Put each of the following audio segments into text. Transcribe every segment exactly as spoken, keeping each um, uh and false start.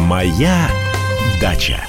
Моя дача.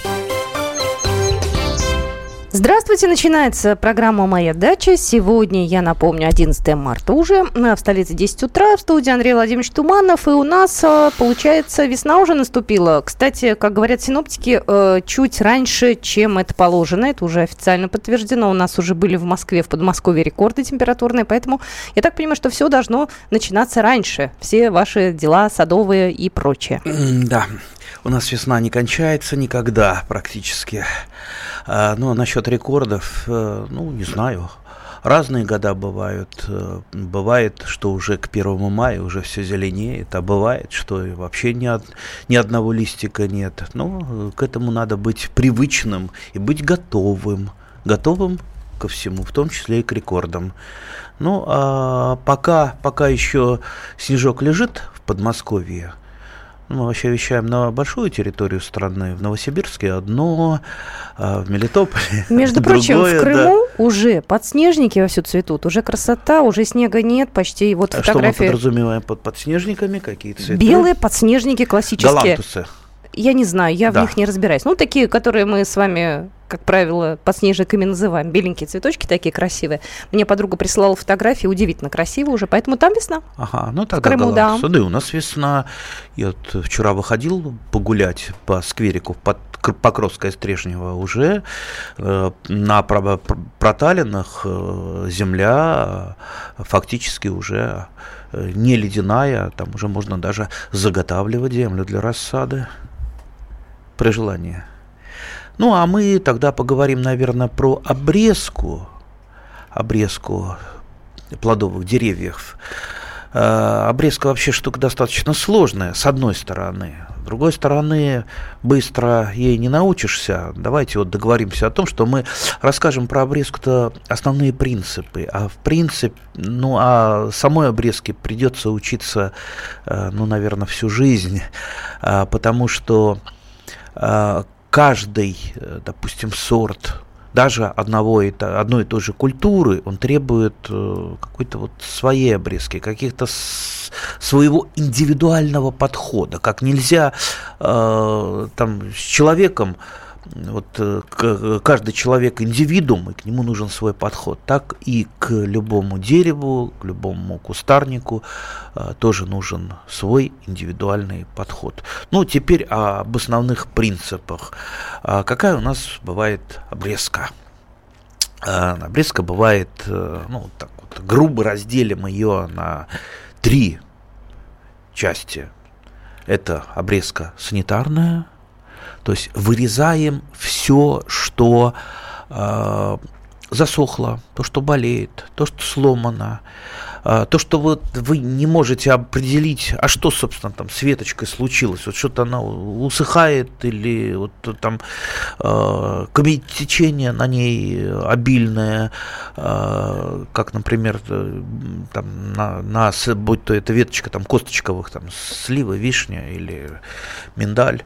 Здравствуйте, начинается программа «Моя дача». Сегодня, я напомню, одиннадцатое марта уже. В столице десять утра, в студии Андрей Владимирович Туманов. И у нас, получается, весна уже наступила. Кстати, как говорят синоптики, чуть раньше, чем это положено. Это уже официально подтверждено. У нас уже были в Москве, в Подмосковье рекорды температурные. Поэтому я так понимаю, что все должно начинаться раньше. Все ваши дела садовые и прочее. Да. У нас весна не кончается никогда практически. А, ну, а насчет рекордов, ну, не знаю. Разные года бывают. Бывает, что уже к первому мая уже все зеленеет, а бывает, что вообще ни, од... ни одного листика нет. Ну, к этому надо быть привычным и быть готовым. Готовым ко всему, в том числе и к рекордам. Ну, а пока, пока еще снежок лежит в Подмосковье, мы вообще вещаем на большую территорию страны, в Новосибирске одно, а в Мелитополе Между другое, прочим, в Крыму да. уже подснежники вовсю цветут, уже красота, уже снега нет почти. Вот а фотографии... что мы подразумеваем под подснежниками? Какие цветы? Белые подснежники классические. Галантусы. Я не знаю, я Да. в них не разбираюсь. Ну, такие, которые мы с вами, как правило, подснежниками называем. Беленькие цветочки такие красивые. Мне подруга присылала фотографии, удивительно красиво уже, поэтому там весна. Ага, ну тогда Крыму, галантусы. да. Да, и у нас весна. Я вот вчера выходил погулять по скверику под Покровское Стрежнево. Уже э, на проталинах э, земля э, фактически уже э, не ледяная. Там уже можно даже заготавливать землю для рассады при желании. Ну, а мы тогда поговорим, наверное, про обрезку, обрезку плодовых деревьев. Э, обрезка вообще штука достаточно сложная, с одной стороны. С другой стороны, быстро ей не научишься. Давайте вот договоримся о том, что мы расскажем про обрезку-то основные принципы. А в принципе, ну, а самой обрезке придется учиться, э, ну, наверное, всю жизнь, э, потому что каждый, допустим, сорт даже одного, одной и той же культуры, он требует какой-то вот своей обрезки, каких-то с, своего индивидуального подхода. Как нельзя э, там, с человеком, вот к, каждый человек индивидуум, и к нему нужен свой подход, так и к любому дереву, к любому кустарнику э, тоже нужен свой индивидуальный подход. Ну, теперь об основных принципах. А какая у нас бывает обрезка? А, обрезка бывает, э, ну, так вот, грубо разделим ее на три части. Это обрезка санитарная. То есть вырезаем все, что э, засохло, то, что болеет, то, что сломано, э, то, что вот вы не можете определить, а что, собственно, там с веточкой случилось, вот что-то она усыхает или вот там э, камнетечение на ней обильное, э, как, например, там, на, на, будь то это веточка там, косточковых, там, сливы, вишня или миндаль.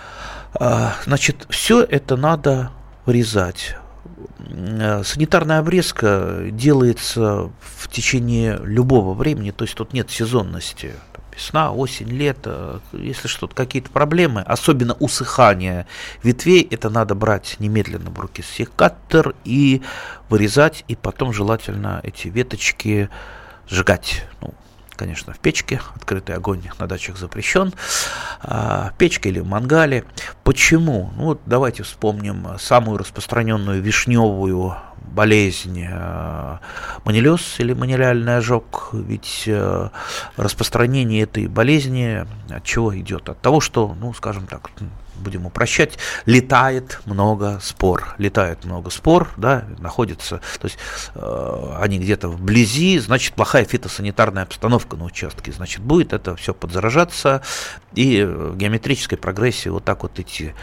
Значит, все это надо вырезать. Санитарная обрезка делается в течение любого времени, то есть тут нет сезонности. Весна, осень, лето, если что-то, какие-то проблемы, особенно усыхание ветвей, это надо брать немедленно в руки секатор и вырезать, и потом желательно эти веточки сжигать. Ну, конечно, в печке, открытый огонь на дачах запрещен, в печке или в мангале. Почему? Ну, вот давайте вспомним самую распространенную вишневую болезнь манилиоз или манилиальный ожог. Ведь распространение этой болезни от чего идет? От того, что, ну, скажем так, будем упрощать, летает много спор. Летает много спор, да, находятся, то есть э, они где-то вблизи, значит, плохая фитосанитарная обстановка на участке, значит, будет это все подзаражаться и в геометрической прогрессии вот так вот идти.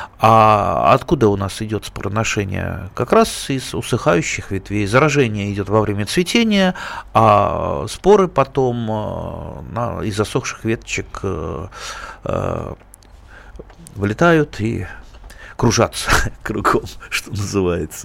А откуда у нас идет спороношение? Как раз из усыхающих ветвей. Заражение идет во время цветения, а споры потом э, на, из засохших веточек э, э, вылетают и кружатся кругом, что называется.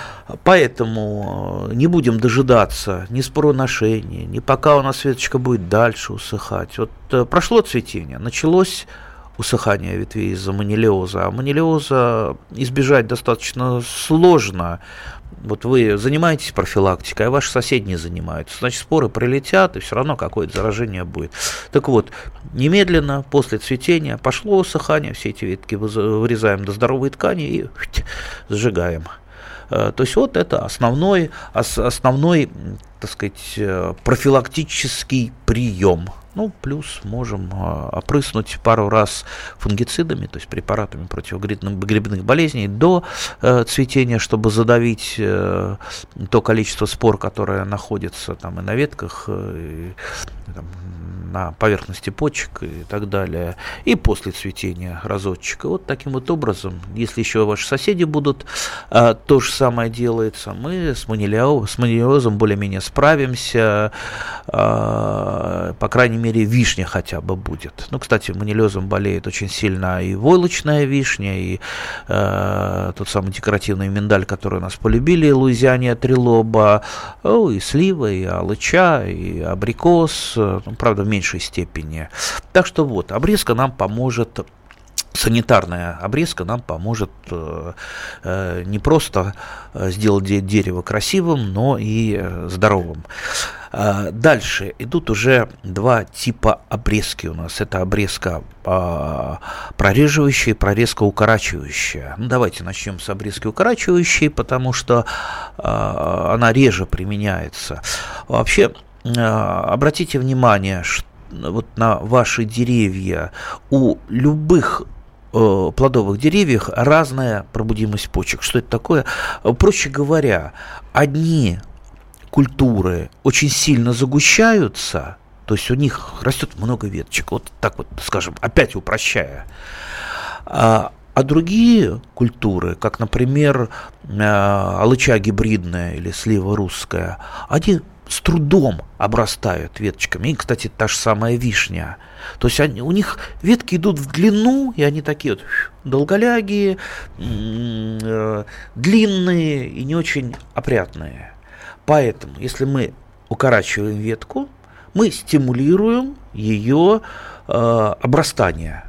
Поэтому не будем дожидаться ни спороношения, ни пока у нас веточка будет дальше усыхать. Вот прошло цветение, началось усыхания ветвей из-за манилиоза. А манилиоза избежать достаточно сложно. Вот вы занимаетесь профилактикой, а ваши соседи не занимаются. Значит, споры прилетят, и все равно какое-то заражение будет. Так вот, немедленно после цветения пошло усыхание, все эти ветки вырезаем до здоровой ткани и сжигаем. То есть вот это основной, основной, так сказать, профилактический прием. Ну, плюс можем опрыснуть пару раз фунгицидами, то есть препаратами против грибных болезней до цветения, чтобы задавить то количество спор, которое находится там и на ветках, и, там, на поверхности почек и так далее, и после цветения разочек. И вот таким вот образом, если еще ваши соседи будут, а, то же самое делается, мы с манилиозом, с манилиозом более-менее справимся, а, по крайней мере, вишня хотя бы будет. Ну, кстати, манилиозом болеет очень сильно и войлочная вишня, и а, тот самый декоративный миндаль, который у нас полюбили, Луизиания трилоба, о, и слива, и алыча, и абрикос, ну, правда, в меньшей степени. Так что вот, обрезка нам поможет, санитарная обрезка нам поможет э, э, не просто сделать дерево красивым, но и э, здоровым. Э, дальше идут уже два типа обрезки у нас. Это обрезка э, прореживающая и прорезка укорачивающая. Ну, давайте начнем с обрезки укорачивающей, потому что э, она реже применяется. Вообще, э, обратите внимание, что вот на ваши деревья, у любых э, плодовых деревьев разная пробудимость почек. Что это такое? Проще говоря, одни культуры очень сильно загущаются, то есть у них растет много веточек, вот так вот, скажем, опять упрощая. А, а другие культуры, как, например, алыча гибридная или слива русская, они с трудом обрастают веточками. И, кстати, та же самая вишня. То есть они, у них ветки идут в длину, и они такие вот долголягие, длинные и не очень опрятные. Поэтому, если мы укорачиваем ветку, мы стимулируем ее э, обрастание.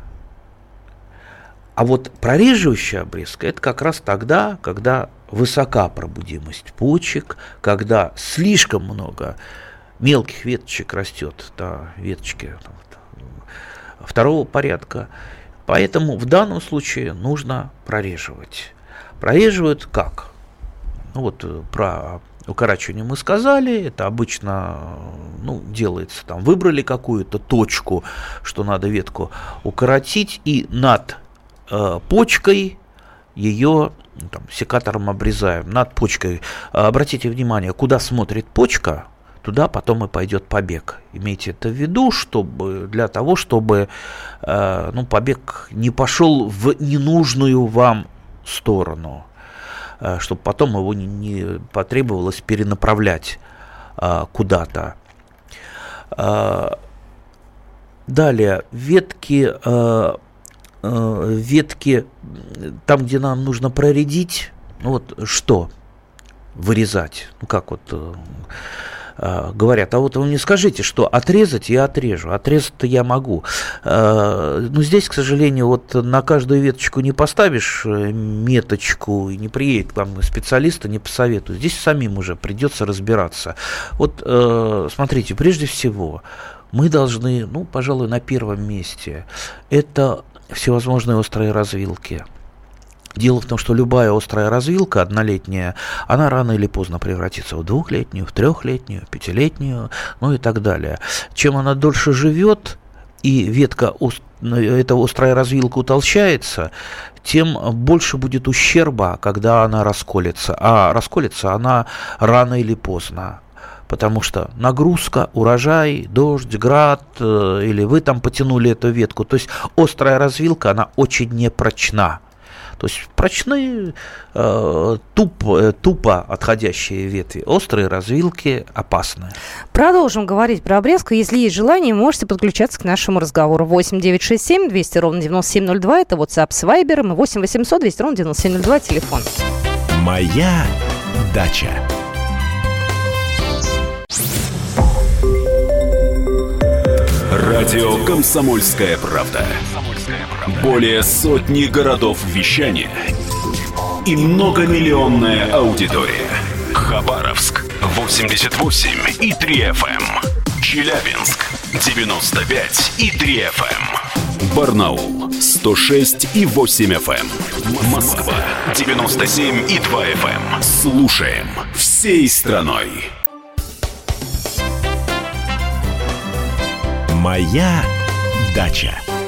А вот прореживающая обрезка – это как раз тогда, когда высока пробудимость почек, когда слишком много мелких веточек растет, да, веточки там, второго порядка. Поэтому в данном случае нужно прореживать. Прореживают как? Ну вот про укорачивание мы сказали, это обычно, ну, делается там, выбрали какую-то точку, что надо ветку укоротить, и над э, почкой ее там, секатором обрезаем. Над почкой. Обратите внимание, куда смотрит почка, туда потом и пойдет побег. Имейте это в виду, чтобы, для того, чтобы э, ну, побег не пошел в ненужную вам сторону, э, чтобы потом его не, не потребовалось перенаправлять э, куда-то. Э, далее, ветки... Э, ветки, там, где нам нужно проредить, ну вот что вырезать, ну как вот э, говорят, а вот вы мне скажите, что отрезать я отрежу, отрезать-то я могу, э, но здесь, к сожалению, вот на каждую веточку не поставишь меточку, и не приедет к вам специалист, не посоветует, здесь самим уже придется разбираться. Вот э, смотрите, прежде всего мы должны, ну, пожалуй, на первом месте, это всевозможные острые развилки. Дело в том, что любая острая развилка, однолетняя, она рано или поздно превратится в двухлетнюю, в трехлетнюю, в пятилетнюю, ну и так далее. Чем она дольше живет, и ветка, эта острая развилка утолщается, тем больше будет ущерба, когда она расколется. А расколется она рано или поздно. Потому что нагрузка, урожай, дождь, град, э, или вы там потянули эту ветку. То есть острая развилка, она очень непрочна. То есть прочные, э, тупо, э, тупо отходящие ветви. Острые развилки опасны. Продолжим говорить про обрезку. Если есть желание, можете подключаться к нашему разговору. восемь девятьсот шестьдесят семь двести ровно девяносто семь ноль два. Это WhatsApp с Viber. И восемь восемьсот двести ровно девяносто семь ноль два. Телефон. Моя дача. Радио «Комсомольская правда». Более сотни городов вещания и многомиллионная аудитория. Хабаровск восемьдесят восемь и три эф эм. Челябинск девяносто пять и три эф эм. Барнаул сто шесть и восемь эф эм. Москва девяносто семь и два эф эм. Слушаем всей страной. Моя дача.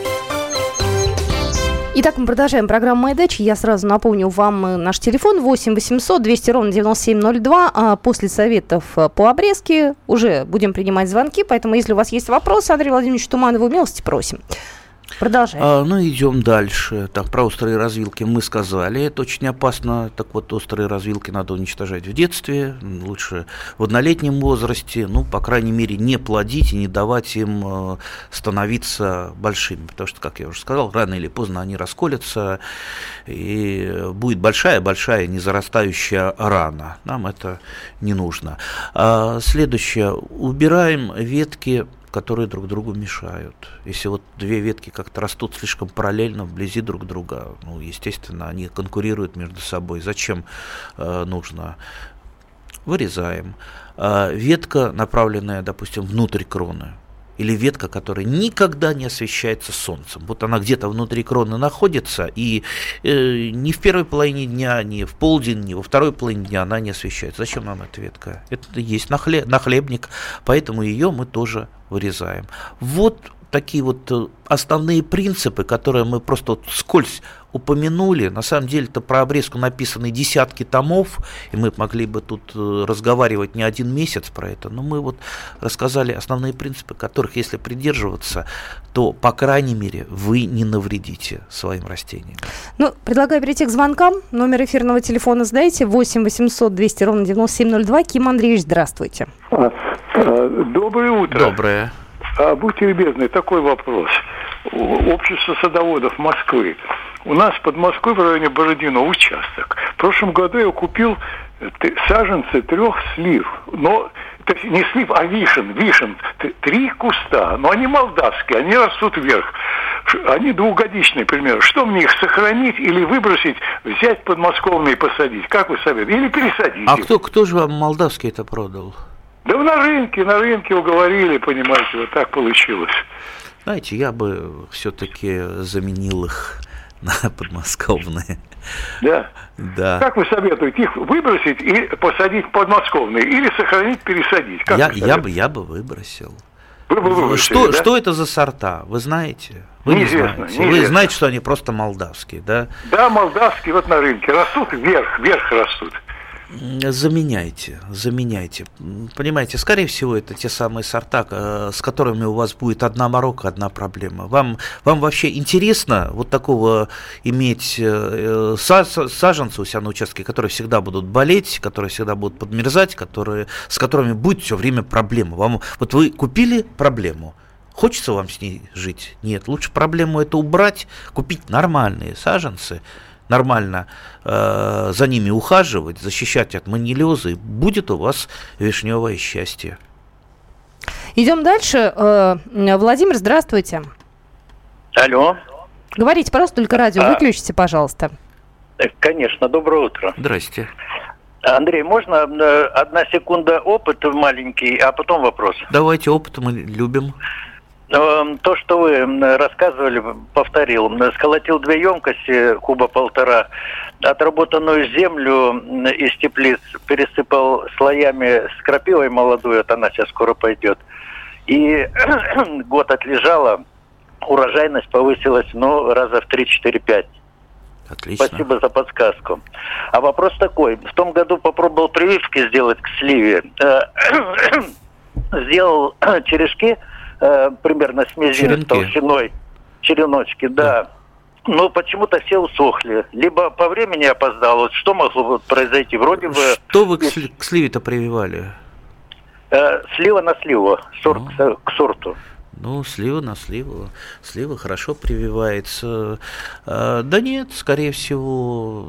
Итак, мы продолжаем программу «Моя дача». Я сразу напомню вам наш телефон восемь восемьсот двести ровно девяносто семь ноль два. А после советов по обрезке уже будем принимать звонки. Поэтому, если у вас есть вопросы, Андрей Владимирович Туманову, милости просим. Продолжаем. А, ну, идем дальше. Так, про острые развилки мы сказали. Это очень опасно. Так вот, острые развилки надо уничтожать в детстве. Лучше в однолетнем возрасте. Ну, по крайней мере, не плодить и не давать им э, становиться большими. Потому что, как я уже сказал, рано или поздно они расколятся. И будет большая-большая незарастающая рана. Нам это не нужно. А, следующее. Убираем ветки, которые друг другу мешают. Если вот две ветки как-то растут слишком параллельно вблизи друг друга, ну, естественно, они конкурируют между собой. Зачем э, нужно? Вырезаем. Э, ветка, направленная, допустим, внутрь кроны, или ветка, которая никогда не освещается солнцем. Вот она где-то внутри кроны находится, и э, ни в первой половине дня, ни в полдень, ни во второй половине дня она не освещается. Зачем нам эта ветка? Это есть нахлеб, нахлебник, поэтому ее мы тоже вырезаем. Вот такие вот основные принципы, которые мы просто вот вскользь упомянули. На самом деле это про обрезку написаны десятки томов, и мы могли бы тут разговаривать не один месяц про это, но мы вот рассказали основные принципы, которых, если придерживаться, то, по крайней мере, вы не навредите своим растениям. Ну, предлагаю перейти к звонкам. Номер эфирного телефона сдайте восемь восемьсот двести ровно девяносто семь ноль два. Ким Андреевич, здравствуйте. А, а, доброе утро. Доброе. А, будьте любезны, такой вопрос. Общество садоводов Москвы. У нас под Москвой в районе Бородино участок. В прошлом году я купил саженцы трех слив. Но это не слив, а вишен. Вишен. Три куста. Но они молдавские, они растут вверх. Они двухгодичные, примерно. Что мне их сохранить или выбросить, взять подмосковные и посадить? Как вы советуете? Или пересадить? А кто, кто же вам молдавский это продал? Да на рынке, на рынке уговорили, понимаете, вот так получилось. Знаете, я бы все-таки заменил их на подмосковные. Да? Да. Как вы советуете, их выбросить и посадить подмосковные? Или сохранить, пересадить? Как я, я, бы, я бы выбросил. Вы бы выбросили, что, да? что это за сорта? Вы знаете? Вы неизвестно, не знаете. неизвестно. Вы знаете, что они просто молдавские, да? Да, молдавские вот на рынке растут вверх, вверх растут. Заменяйте, заменяйте. Понимаете, скорее всего, это те самые сорта, с которыми у вас будет одна морока, одна проблема. Вам, вам вообще интересно вот такого иметь саженцы у себя на участке, которые всегда будут болеть, которые всегда будут подмерзать, которые, с которыми будет все время проблема. Вам, вот вы купили проблему, хочется вам с ней жить? Нет, лучше проблему эту убрать, купить нормальные саженцы, нормально э, за ними ухаживать, защищать от манилеза, и будет у вас вишневое счастье. Идем дальше. Э, Владимир, здравствуйте. Алло. Говорите, пожалуйста, только радио а, выключите, пожалуйста. Конечно, доброе утро. Здрасте. Андрей, можно одна секунда опыт маленький, а потом вопрос? Давайте, опыт мы любим. То, что вы рассказывали, повторил. Сколотил две емкости, куба полтора, отработанную землю из теплиц пересыпал слоями с крапивой молодой, вот она сейчас скоро пойдет. И год отлежала, урожайность повысилась, ну, раза в три-четыре-пять. Отлично. Спасибо за подсказку. А вопрос такой. В том году попробовал прививки сделать к сливе. Сделал черешки, примерно с мизинец толщиной, череночки, да. да. Но почему-то все усохли. Либо по времени опоздал. Вот что могло произойти? Вроде бы... Что вы к, сли- к сливе-то прививали? Э, слива на сливу, сорт, а. к сорту. Ну, слива на сливу. Слива хорошо прививается. А, да нет, скорее всего,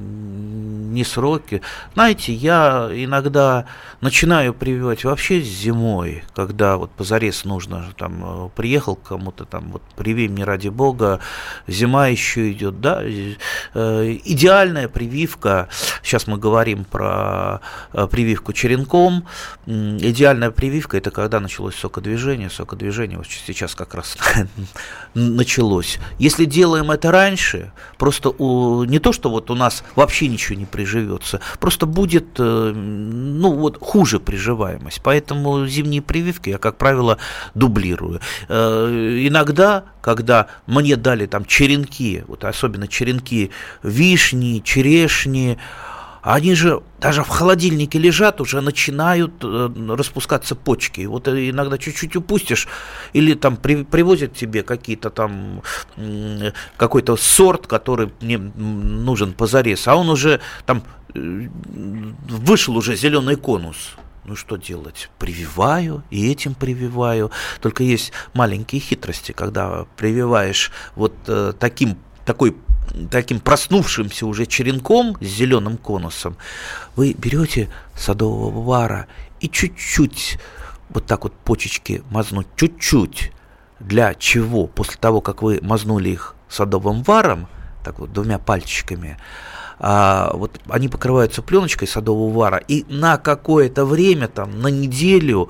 не сроки. Знаете, я иногда начинаю прививать вообще зимой, когда вот позарез нужно, там, приехал к кому-то, там, вот, привей мне ради бога, зима еще идет, да. Идеальная прививка, сейчас мы говорим про прививку черенком, идеальная прививка — это когда началось сокодвижение, сокодвижение вот сейчас как раз началось. Если делаем это раньше, просто у, не то, что вот у нас вообще ничего не приживется, просто будет, ну вот, хуже приживаемость. Поэтому зимние прививки я, как правило, дублирую. Иногда, когда мне дали там черенки, вот особенно черенки вишни, черешни, они же даже в холодильнике лежат, уже начинают э, распускаться почки. И вот иногда чуть-чуть упустишь, или там при, привозят тебе какие-то там э, какой-то сорт, который мне нужен позарез, а он уже там э, вышел уже зеленый конус. Ну что делать? Прививаю, и этим прививаю. Только есть маленькие хитрости, когда прививаешь вот э, таким такой таким проснувшимся уже черенком с зеленым конусом, вы берете садового вара и чуть-чуть вот так вот почечки мазнуть, чуть-чуть. Для чего? После того, как вы мазнули их садовым варом, так вот двумя пальчиками, а, вот они покрываются пленочкой садового вара, и на какое-то время, там, на неделю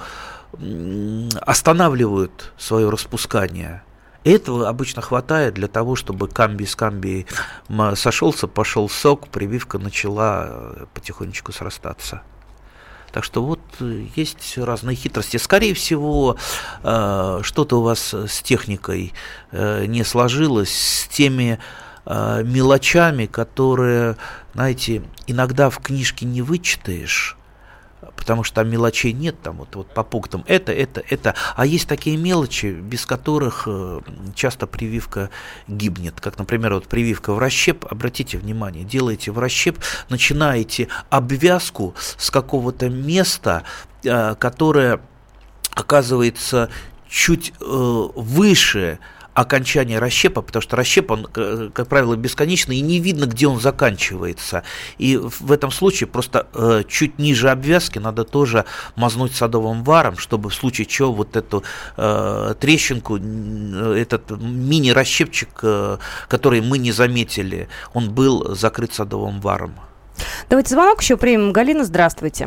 останавливают свое распускание. Этого обычно хватает для того, чтобы камбий с камбией сошелся, пошел сок, прививка начала потихонечку срастаться. Так что вот есть разные хитрости. Скорее всего, что-то у вас с техникой не сложилось, с теми мелочами, которые, знаете, иногда в книжке не вычитаешь, потому что там мелочей нет, там вот, вот по пунктам это, это, это. А есть такие мелочи, без которых часто прививка гибнет. Как, например, вот прививка в расщеп. Обратите внимание, делаете в расщеп, начинаете обвязку с какого-то места, которое оказывается чуть выше окончание расщепа, потому что расщеп, он, как правило, бесконечный, и не видно, где он заканчивается. И в этом случае просто э, чуть ниже обвязки надо тоже мазнуть садовым варом, чтобы в случае чего вот эту э, трещинку, этот мини-расщепчик, э, который мы не заметили, он был закрыт садовым варом. Давайте звонок еще примем. Галина, здравствуйте.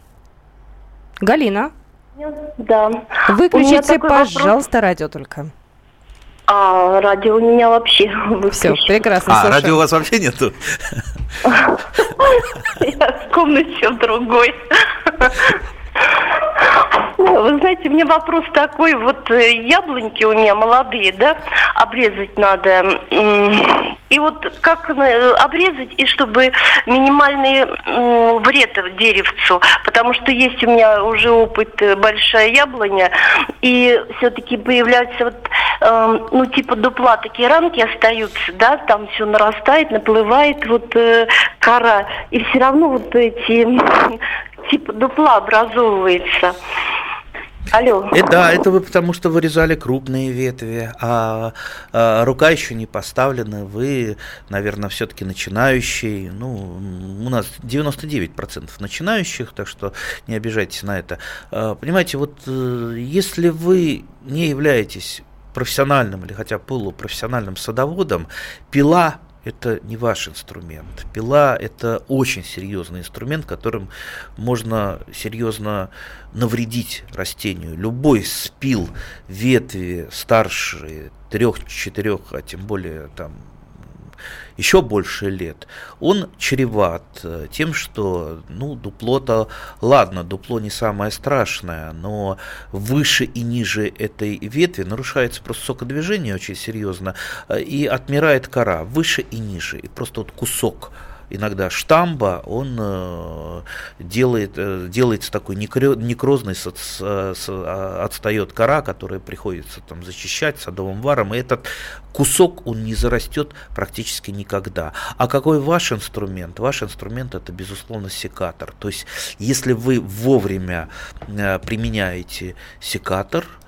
Галина. Да. Выключите, пожалуйста, вопрос. Радио только. А радио у меня вообще выключено. Все, прекрасно. А, слушаем. Радио у вас вообще нету? Я в комнате в другой. Вы знаете, у меня вопрос такой, вот яблоньки у меня молодые, да, обрезать надо. И вот как обрезать, и чтобы минимальный вред деревцу, потому что есть у меня уже опыт, большая яблоня, и все-таки появляются вот, ну, типа дупла, такие рамки остаются, да, там все нарастает, наплывает вот кора, и все равно вот эти типа дупла образовывается. Алло. И, да, это вы потому что вырезали крупные ветви, а, а рука еще не поставлена, вы, наверное, все-таки начинающий. Ну, у нас девяносто девять процентов начинающих, так что не обижайтесь на это. А, понимаете, вот если вы не являетесь профессиональным или хотя бы полупрофессиональным садоводом, пила – это не ваш инструмент. Пила – это очень серьезный инструмент, которым можно серьезно навредить растению. Любой спил ветви старше трех-четырех, а тем более там еще больше лет, он чреват тем, что, ну, дупло-то, ладно, дупло не самое страшное, но выше и ниже этой ветви нарушается просто сокодвижение очень серьезно, и отмирает кора, выше и ниже, и просто вот кусок иногда штамба, он э, делает, э, делается такой некрозный, со, со, отстает кора, которая приходится там защищать садовым варом, и этот кусок, он не зарастет практически никогда. А какой ваш инструмент? Ваш инструмент — это, безусловно, секатор. То есть, если вы вовремя э, применяете секатор,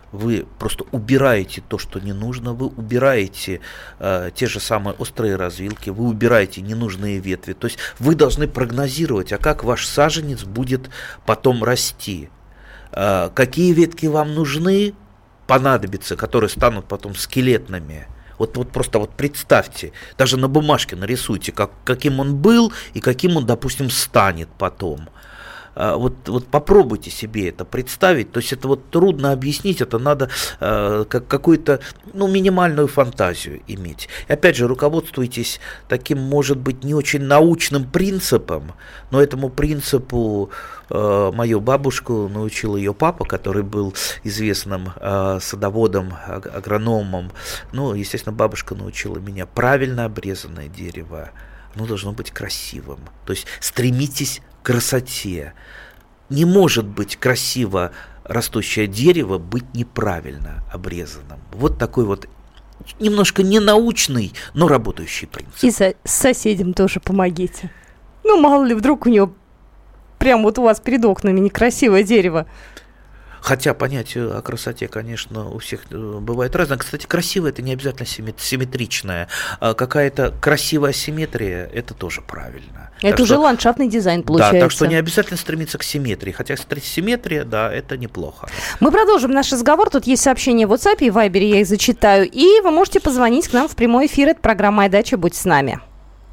вы просто убираете то, что не нужно, вы убираете э, те же самые острые развилки, вы убираете ненужные ветви. То есть вы должны прогнозировать, а как ваш саженец будет потом расти. Э, какие ветки вам нужны, понадобятся, которые станут потом скелетными. Вот, вот просто вот представьте, даже на бумажке нарисуйте, как, каким он был и каким он, допустим, станет потом. Вот, вот попробуйте себе это представить. То есть это вот трудно объяснить, это надо э, как, какую-то ну, минимальную фантазию иметь. И опять же, руководствуйтесь таким, может быть, не очень научным принципом, но этому принципу э, мою бабушку научил ее папа, который был известным э, садоводом, агрономом. Ну, естественно, бабушка научила меня: правильно обрезанное дерево, оно должно быть красивым. То есть стремитесь к красоте. Не может быть красиво растущее дерево быть неправильно обрезанным. Вот такой вот немножко ненаучный, но работающий принцип. И со- с соседям тоже помогите. Ну, мало ли, вдруг у него прямо вот у вас перед окнами некрасивое дерево. Хотя понятие о красоте, конечно, у всех бывает разное. Кстати, красивое – это не обязательно симметричное. А какая-то красивая симметрия – это тоже правильно. Это так уже что, ландшафтный дизайн получается. Да, так что не обязательно стремиться к симметрии. Хотя симметрия, да, это неплохо. Мы продолжим наш разговор. Тут есть сообщения в WhatsApp и Viber, я их зачитаю. И вы можете позвонить к нам в прямой эфир. Это программа «Моя дача». Будьте с нами.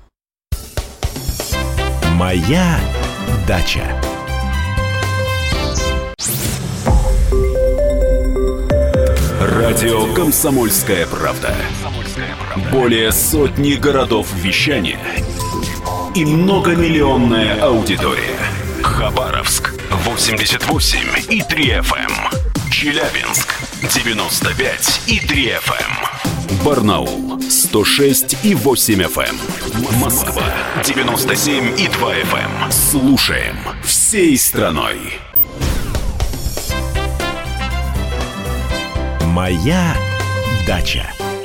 «Моя дача». Радио «Комсомольская правда». Более сотни городов вещания и многомиллионная аудитория. Хабаровск восемьдесят восемь и три эф эм. Челябинск девяносто пять и три эф эм. Барнаул сто шесть и восемь эф эм. Москва девяносто семь и два эф эм. Слушаем всей страной. «Моя дача».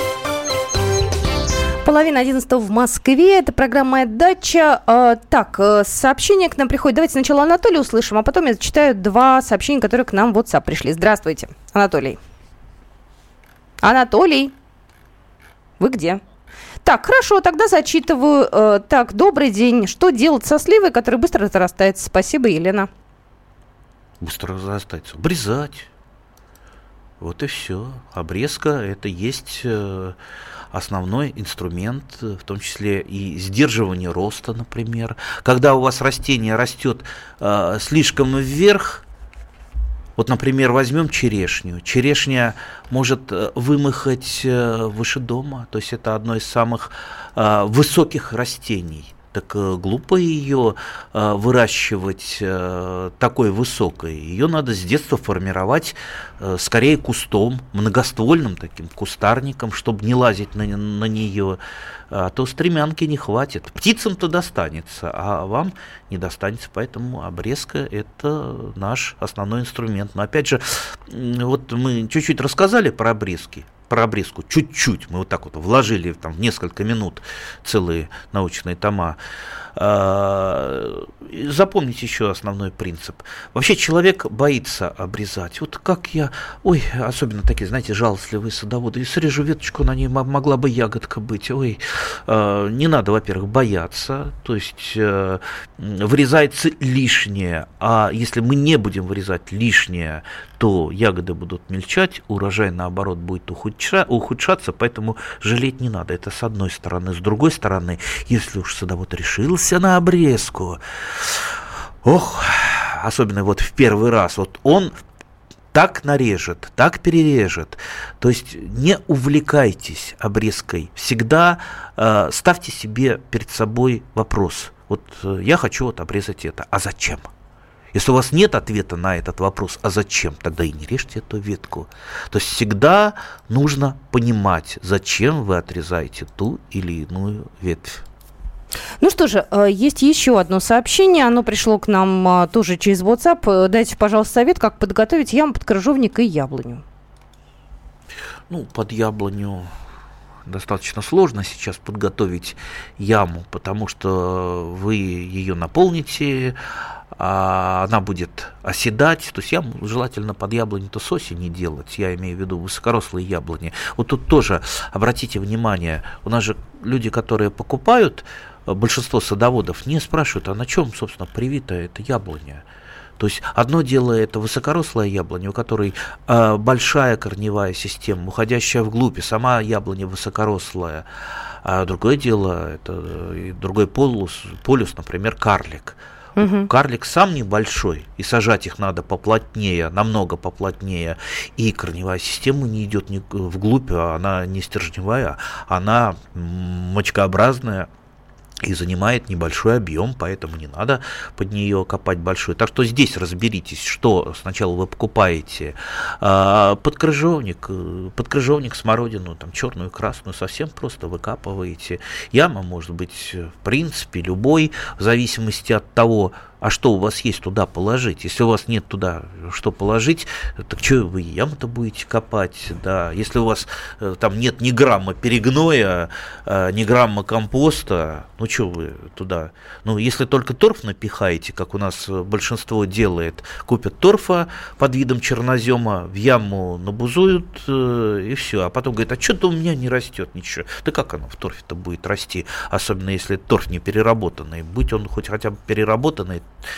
Половина одиннадцатого в Москве. Это программа «Моя дача». А, так, сообщение к нам приходит. Давайте сначала Анатолия услышим, а потом я зачитаю два сообщения, которые к нам в WhatsApp пришли. Здравствуйте, Анатолий. Анатолий, вы где? Так, хорошо, тогда зачитываю. А, так, добрый день. Что делать со сливой, которая быстро разрастается? Спасибо, Елена. Быстро разрастается. Обрезать. Вот и все. Обрезка – это есть э, основной инструмент, в том числе и сдерживание роста, например. Когда у вас растение растет э, слишком вверх, вот, например, возьмем черешню. Черешня может вымахать э, выше дома, то есть это одно из самых э, высоких растений. Так э, глупо ее э, выращивать э, такой высокой. Ее надо с детства формировать э, скорее кустом, многоствольным таким кустарником, чтобы не лазить на, на нее. А то стремянки не хватит. Птицам-то достанется, а вам не достанется. Поэтому обрезка – это наш основной инструмент. Но опять же, вот мы чуть-чуть рассказали про обрезки. Про обрезку чуть-чуть, мы вот так вот вложили там, в несколько минут целые научные тома. Запомните еще основной принцип. Вообще человек боится обрезать. Вот как я, ой, особенно такие, знаете, жалостливые садоводы, и срежу веточку, на ней могла бы ягодка быть. Ой, не надо, во-первых, бояться, то есть вырезается лишнее, а если мы не будем вырезать лишнее, то ягоды будут мельчать, урожай, наоборот, будет ухудшаться, поэтому жалеть не надо. Это с одной стороны. С другой стороны, если уж садовод решился на обрезку, ох, особенно вот в первый раз, вот он так нарежет, так перережет. То есть не увлекайтесь обрезкой. Всегда э, ставьте себе перед собой вопрос. Вот э, я хочу вот обрезать это. А зачем? Если у вас нет ответа на этот вопрос, а зачем, тогда и не режьте эту ветку. То есть всегда нужно понимать, зачем вы отрезаете ту или иную ветвь. Ну что же, есть еще одно сообщение, оно пришло к нам тоже через WhatsApp. Дайте, пожалуйста, совет, как подготовить яму под крыжовник и яблоню. Ну, под яблоню достаточно сложно сейчас подготовить яму, потому что вы ее наполните, а она будет оседать. То есть яму желательно под яблони-то с осени делать, я имею в виду высокорослые яблони. Вот тут тоже обратите внимание, у нас же люди, которые покупают, большинство садоводов не спрашивают, а на чем, собственно, привита эта яблоня. То есть одно дело это высокорослая яблоня, у которой э, большая корневая система, уходящая вглубь, и сама яблоня высокорослая. А другое дело, это э, другой полюс, полюс, например, карлик. Угу. Карлик сам небольшой, и сажать их надо поплотнее, намного поплотнее, и корневая система не идет вглубь, а она не стержневая, она мочкообразная. И занимает небольшой объем, поэтому не надо под нее копать большой. Так что здесь разберитесь, что сначала вы покупаете. Подкрыжовник, подкрыжовник, смородину, там, черную, красную, совсем просто выкапываете. Яма может быть, в принципе, любой, в зависимости от того, а что у вас есть туда положить. Если у вас нет туда что положить, так что вы яму-то будете копать? Да. Если у вас э, там нет ни грамма перегноя, э, ни грамма компоста, ну что вы туда? Ну, если только торф напихаете, как у нас большинство делает, купят торфа под видом чернозема, в яму набузуют э, и все. А потом говорят, а что-то у меня не растет ничего. Да как оно в торфе-то будет расти? Особенно если торф не переработанный. Будь он хоть хотя бы переработанный,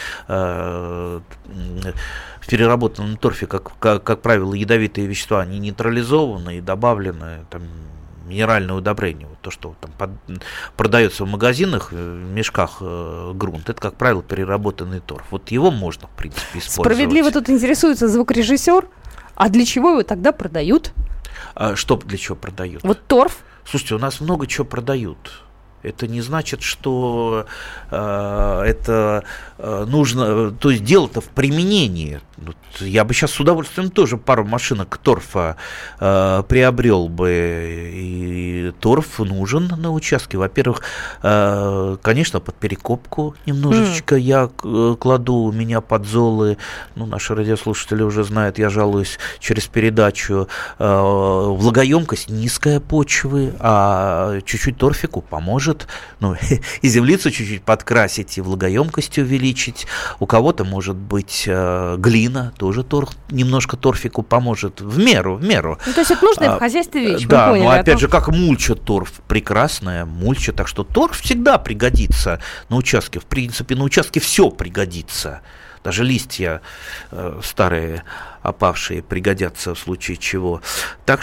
в переработанном торфе, как, как, как правило, ядовитые вещества, они нейтрализованы и добавлены там, минеральное удобрение. Вот то, что там под, продается в магазинах, в мешках э, грунт, это, как правило, переработанный торф. Вот его можно, в принципе, использовать. Справедливо тут интересуется звукорежиссер. А для чего его тогда продают? А, что для чего продают? Вот торф. Слушайте, у нас много чего продают. Это не значит, что э, это э, нужно, то есть дело-то в применении. Я бы сейчас с удовольствием тоже пару машинок торфа э, приобрел бы. И торф нужен на участке. Во-первых, э, конечно, под перекопку немножечко mm. я э, кладу, у меня подзолы, ну, наши радиослушатели уже знают, я жалуюсь через передачу, э, влагоемкость низкая почвы, а чуть-чуть торфику поможет. Ну, и землицу чуть-чуть подкрасить, и влагоемкость увеличить. У кого-то может быть э, глина, тоже торф, немножко торфику поможет. В меру, в меру. Ну, то есть это нужная а, в хозяйстве вещь, да, мы поняли. Но опять а то... же, как мульча торф, прекрасная мульча. Так что торф всегда пригодится на участке. В принципе, на участке все пригодится. Даже листья э, старые, опавшие, пригодятся в случае чего. Так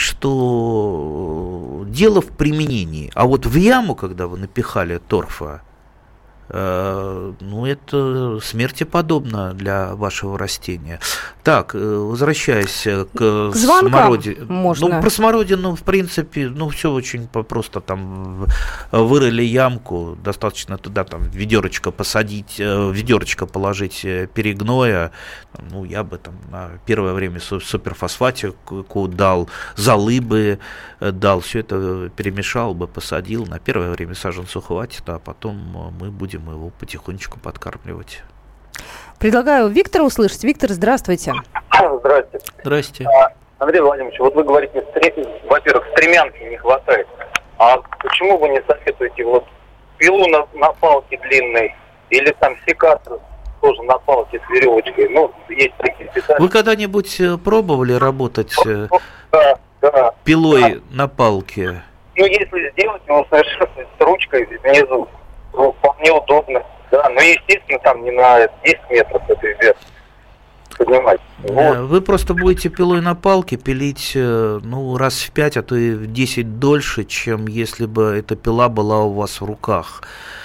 что дело в применении. А вот в яму, когда вы напихали торфа, э, ну, это смерти подобно для вашего растения. Так, возвращаясь к, к смородине. Можно. Ну, про смородину, в принципе, ну, все очень просто. Там вырыли ямку, достаточно туда там ведерочко посадить, ведерочко положить перегноя. Ну, я бы там на первое время суперфосфатику дал, золы бы дал, все это перемешал бы, посадил. На первое время саженцу хватит, а потом мы будем его потихонечку подкармливать. Предлагаю Виктора услышать. Виктор, здравствуйте. Здравствуйте. Здрасте. Андрей Владимирович, вот вы говорите, во-первых, стремянки не хватает. А почему вы не советуете вот пилу на, на палке длинной или там секатор тоже на палке с веревочкой? Ну, есть такие специальные. Вы когда-нибудь пробовали работать да, да, пилой да. на палке? Ну, если сделать его совершенно с ручкой внизу, то вполне удобно. Да, но, естественно, там не на десять метров это вверх поднимать. Вот. Вы просто будете пилой на палке пилить, ну, раз в пять, а то и в десять дольше, чем если бы эта пила была у вас в руках.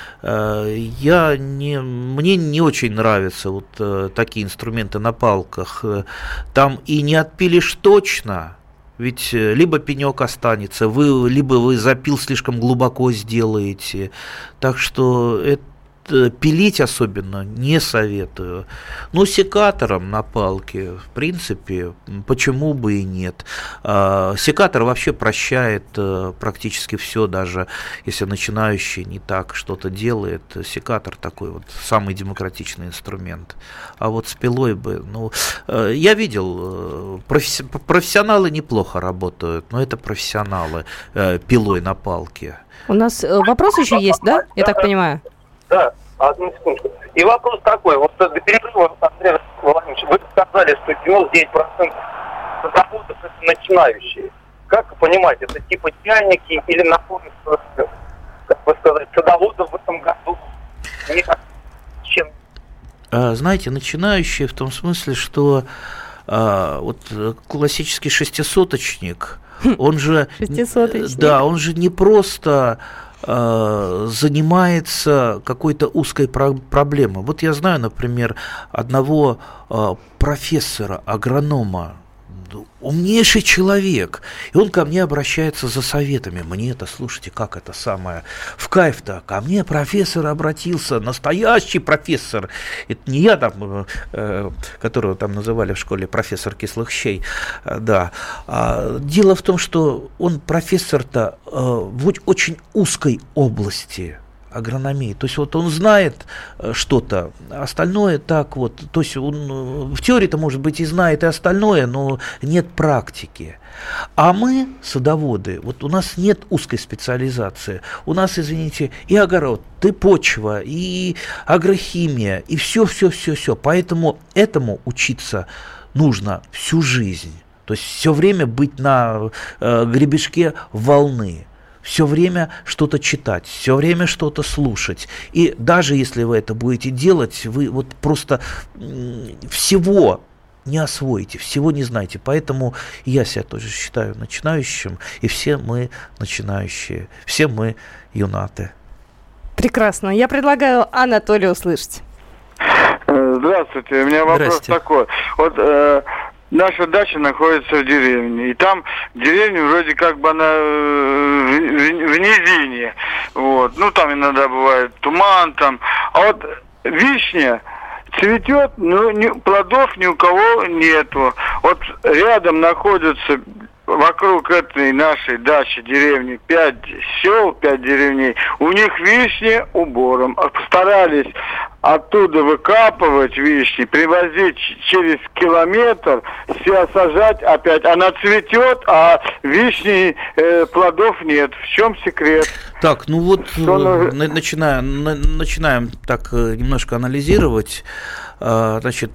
Я не, мне не очень нравятся вот такие инструменты на палках. Там и не отпилишь точно, ведь либо пенек останется, вы, либо вы запил слишком глубоко сделаете. Так что это пилить особенно не советую. Ну, секатором на палке, в принципе, почему бы и нет. Секатор вообще прощает практически все, даже если начинающий не так что-то делает. Секатор такой вот самый демократичный инструмент. А вот с пилой бы, ну, я видел, профессионалы неплохо работают, но это профессионалы пилой на палке. У нас вопрос еще есть, да? Я так понимаю. Да, Одну секундочку. И вопрос такой. Вот до перерыва, Андрей Владимирович, вы сказали, что девяносто девять процентов садоводов это начинающие. Как понимать, это типа чайники или находятся, как бы сказать, садоводов в этом году? Чем? Знаете, начинающие в том смысле, что а, вот классический шестисоточник, он же, да, он же не просто а, занимается какой-то узкой про- проблемой. Вот я знаю, например, одного а, профессора, агронома, умнейший человек, и он ко мне обращается за советами. Мне это, слушайте, как это самое в кайф-то. Ко мне профессор обратился, настоящий профессор. Это не я там, э, которого там называли в школе профессор кислых щей, э, да. А, дело в том, что он профессор-то э, в очень узкой области агрономии. То есть вот он знает что-то, остальное так вот. То есть он в теории-то, может быть, и знает и остальное, но нет практики. А мы, садоводы, вот у нас нет узкой специализации. У нас, извините, и огород, и почва, и агрохимия, и все-все-все-все. Поэтому этому учиться нужно всю жизнь. То есть все время быть на э, гребешке волны. Все время что-то читать, все время что-то слушать. И даже если вы это будете делать, вы вот просто всего не освоите, всего не знаете. Поэтому я себя тоже считаю начинающим, и все мы начинающие, все мы юнаты. Прекрасно. Я предлагаю Анатолию услышать. Здравствуйте. У меня вопрос такой. Вот э, наша дача находится в деревне, и там деревня вроде как бы она в, в, в низине, вот, ну там иногда бывает туман там, а вот вишня цветет, но ни, плодов ни у кого нету. Вот рядом находятся вокруг этой нашей дачи, деревни, пять сел, пять деревней, у них вишни убором. Постарались оттуда выкапывать вишни, привозить через километр, все сажать опять. Она цветет, а вишни э, плодов нет. В чем секрет? Так, ну вот Что начинаем, начинаем так немножко анализировать. Значит,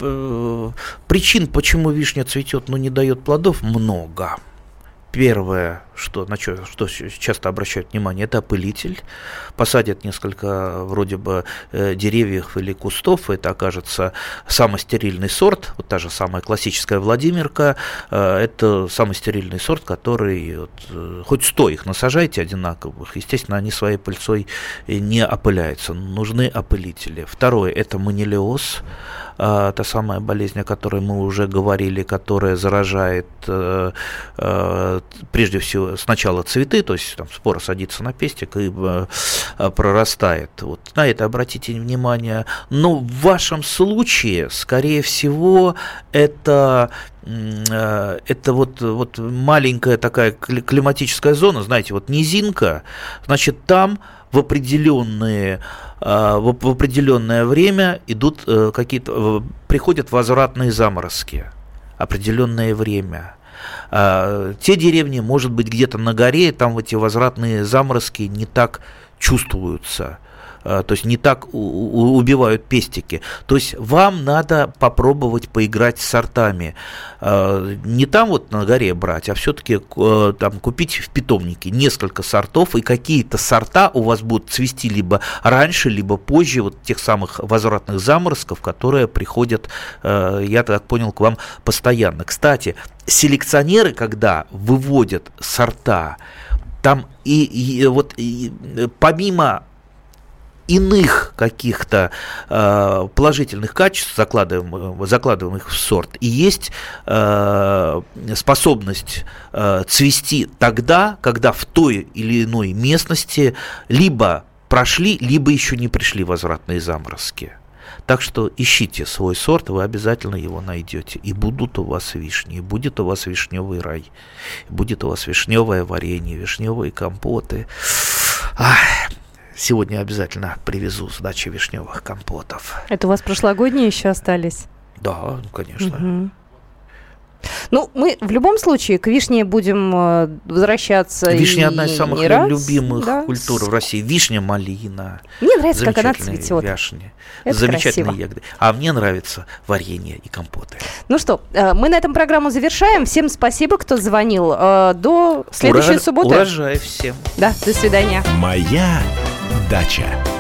причин, почему вишня цветет, но не дает плодов, много. Первое, что, на что, что часто обращают внимание, это опылитель. Посадят несколько вроде бы деревьев или кустов, это окажется самый стерильный сорт, вот та же самая классическая Владимирка, это самый стерильный сорт, который, вот, хоть сто их насажайте одинаковых, естественно, они своей пыльцой не опыляются, нужны опылители. Второе, это манилиоз, та самая болезнь, о которой мы уже говорили, которая заражает прежде всего сначала цветы, то есть там спора садится на пестик и прорастает. Вот на это обратите внимание. Но в вашем случае, скорее всего, это это вот, вот маленькая такая климатическая зона, знаете, вот низинка, значит, там в определенные в определенное время идут какие-то, приходят возвратные заморозки, определенное время. Те деревни, может быть, где-то на горе, там эти возвратные заморозки не так чувствуются, то есть не так убивают пестики. То есть вам надо попробовать поиграть с сортами. Не там вот на горе брать, а все-таки там купить в питомнике несколько сортов, и какие-то сорта у вас будут цвести либо раньше, либо позже вот тех самых возвратных заморозков, которые приходят, я так понял, к вам постоянно. Кстати, селекционеры, когда выводят сорта, там и, и вот и, помимо иных каких-то э, положительных качеств, закладываем, закладываем их в сорт, и есть э, способность э, цвести тогда, когда в той или иной местности либо прошли, либо еще не пришли возвратные заморозки. Так что ищите свой сорт, вы обязательно его найдете. И будут у вас вишни, и будет у вас вишневый рай, и будет у вас вишневое варенье, вишневые компоты. Ах. Сегодня обязательно привезу с дачи вишневых компотов. Это у вас прошлогодние еще остались? Да, конечно. Угу. Ну, мы в любом случае к вишне будем возвращаться. Вишня одна из самых раз, любимых да. культур в России. Вишня, малина. Мне нравится, как она цветет. Вяшни. Это замечательные красиво. ягоды. А мне нравится варенье и компоты. Ну что, мы на этом программу завершаем. Всем спасибо, кто звонил. До следующей Ура... субботы. Урожай всем. Да, до свидания. Моя дача.